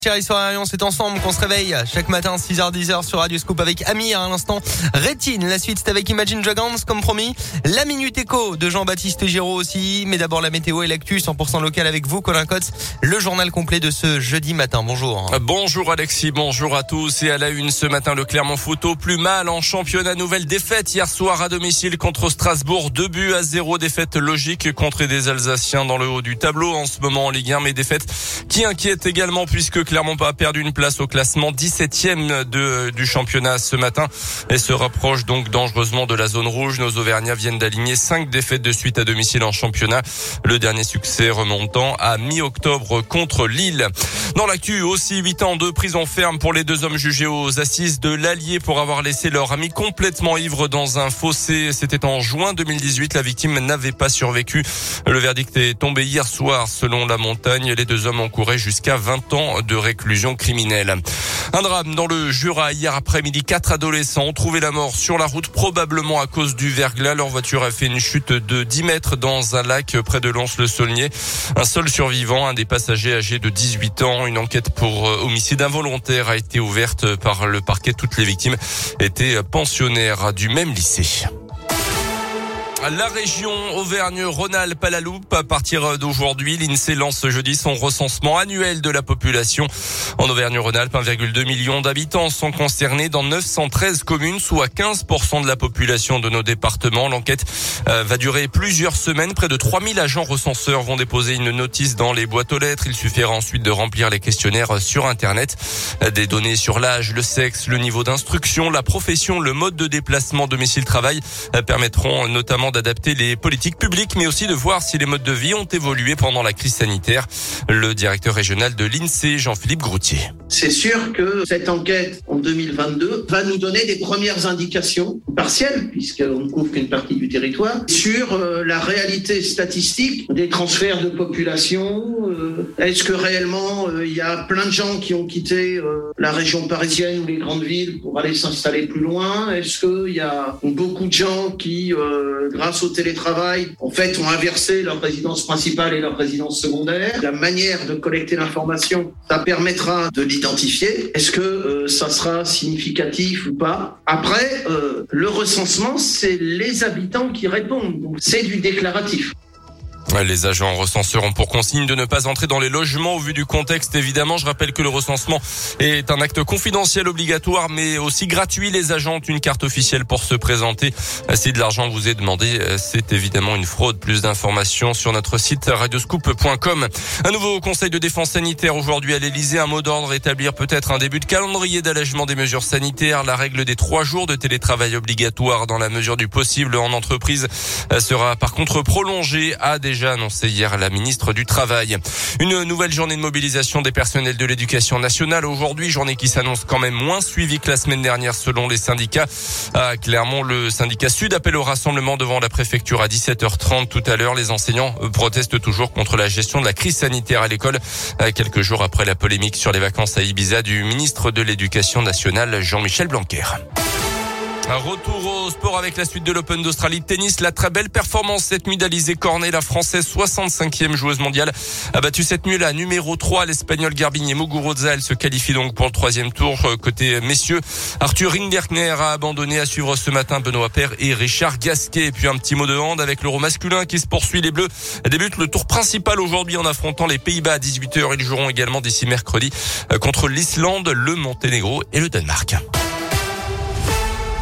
Thierry Soirarion, c'est ensemble qu'on se réveille chaque matin 6h-10h sur Radio Scoop avec Amir à l'instant. Rétine, la suite c'est avec Imagine Dragons comme promis. La Minute Éco de Jean-Baptiste Giraud aussi. Mais d'abord la météo et l'actu 100% local avec vous Colin Cotes. Le journal complet de ce jeudi matin. Bonjour. Bonjour Alexis, bonjour à tous. Et à la une ce matin, le Clermont Foot au plus mal en championnat. Nouvelle défaite hier soir à domicile contre Strasbourg. 2-0, défaite logique contre des Alsaciens dans le haut du tableau en ce moment en Ligue 1. Mais défaite qui inquiète également puisque Clermont a perdu une place au classement 17e du championnat ce matin et se rapproche donc dangereusement de la zone rouge. Nos Auvergnats viennent d'aligner 5 défaites de suite à domicile en championnat. Le dernier succès remontant à mi-octobre contre Lille. Dans l'actu aussi, 8 ans de prison ferme pour les 2 hommes jugés aux assises de l'Allier pour avoir laissé leur ami complètement ivre dans un fossé. C'était en juin 2018. La victime n'avait pas survécu. Le verdict est tombé hier soir selon La Montagne. Les 2 hommes encouraient jusqu'à 20 ans de réclusion criminelle. Un drame dans le Jura. Hier après-midi, 4 adolescents ont trouvé la mort sur la route, probablement à cause du verglas. Leur voiture a fait une chute de 10 mètres dans un lac près de Lons-le-Saulnier. Un seul survivant, un des passagers âgé de 18 ans. Une enquête pour homicide involontaire a été ouverte par le parquet. Toutes les victimes étaient pensionnaires du même lycée. La région Auvergne-Rhône-Alpes à la loupe. À partir d'aujourd'hui, l'INSEE lance jeudi son recensement annuel de la population. En Auvergne-Rhône-Alpes, 1,2 million d'habitants sont concernés dans 913 communes, soit 15% de la population de nos départements. L'enquête va durer plusieurs semaines. Près de 3000 agents recenseurs vont déposer une notice dans les boîtes aux lettres. Il suffira ensuite de remplir les questionnaires sur Internet. Des données sur l'âge, le sexe, le niveau d'instruction, la profession, le mode de déplacement, domicile-travail permettront notamment d'adapter les politiques publiques, mais aussi de voir si les modes de vie ont évolué pendant la crise sanitaire. Le directeur régional de l'INSEE, Jean-Philippe Groutier. C'est sûr que cette enquête en 2022 va nous donner des premières indications partielles, puisqu'on ne couvre qu'une partie du territoire, sur la réalité statistique des transferts de population. Est-ce que réellement il y a plein de gens qui ont quitté la région parisienne ou les grandes villes pour aller s'installer plus loin? Est-ce qu'il y a beaucoup de gens qui, grâce au télétravail, en fait, ont inversé leur résidence principale et leur résidence secondaire? La manière de collecter l'information, ça permettra de l'identifier. Est-ce que ça sera significatif ou pas? Après, le recensement, c'est les habitants qui répondent. Donc, c'est du déclaratif. Les agents recenseurs ont pour consigne de ne pas entrer dans les logements au vu du contexte. Évidemment, je rappelle que le recensement est un acte confidentiel obligatoire, mais aussi gratuit. Les agents ont une carte officielle pour se présenter. Si de l'argent vous est demandé, c'est évidemment une fraude. Plus d'informations sur notre site radioscoop.com. Un nouveau conseil de défense sanitaire aujourd'hui à l'Elysée. Un mot d'ordre, établir peut-être un début de calendrier d'allègement des mesures sanitaires. La règle des 3 jours de télétravail obligatoire dans la mesure du possible en entreprise sera par contre prolongée à déjà annoncé hier la ministre du Travail. Une nouvelle journée de mobilisation des personnels de l'éducation nationale aujourd'hui, journée qui s'annonce quand même moins suivie que la semaine dernière selon les syndicats. À Clermont, le syndicat Sud appelle au rassemblement devant la préfecture à 17h30 tout à l'heure. Les enseignants protestent toujours contre la gestion de la crise sanitaire à l'école, quelques jours après la polémique sur les vacances à Ibiza du ministre de l'Éducation nationale Jean-Michel Blanquer. Un retour au sport avec la suite de l'Open d'Australie de tennis. La très belle performance cette nuit d'Alizé Cornet, la Française 65e joueuse mondiale, a battu cette nuit la numéro 3, l'Espagnol Garbiñe Muguruza. Elle se qualifie donc pour le 3e tour. Côté messieurs, Arthur Rinderkner a abandonné. À suivre ce matin Benoît Paire et Richard Gasquet. Et puis un petit mot de hand avec l'Euro masculin qui se poursuit. Les Bleus débutent le tour principal aujourd'hui en affrontant les Pays-Bas à 18h. Ils joueront également d'ici mercredi contre l'Islande, le Monténégro et le Danemark.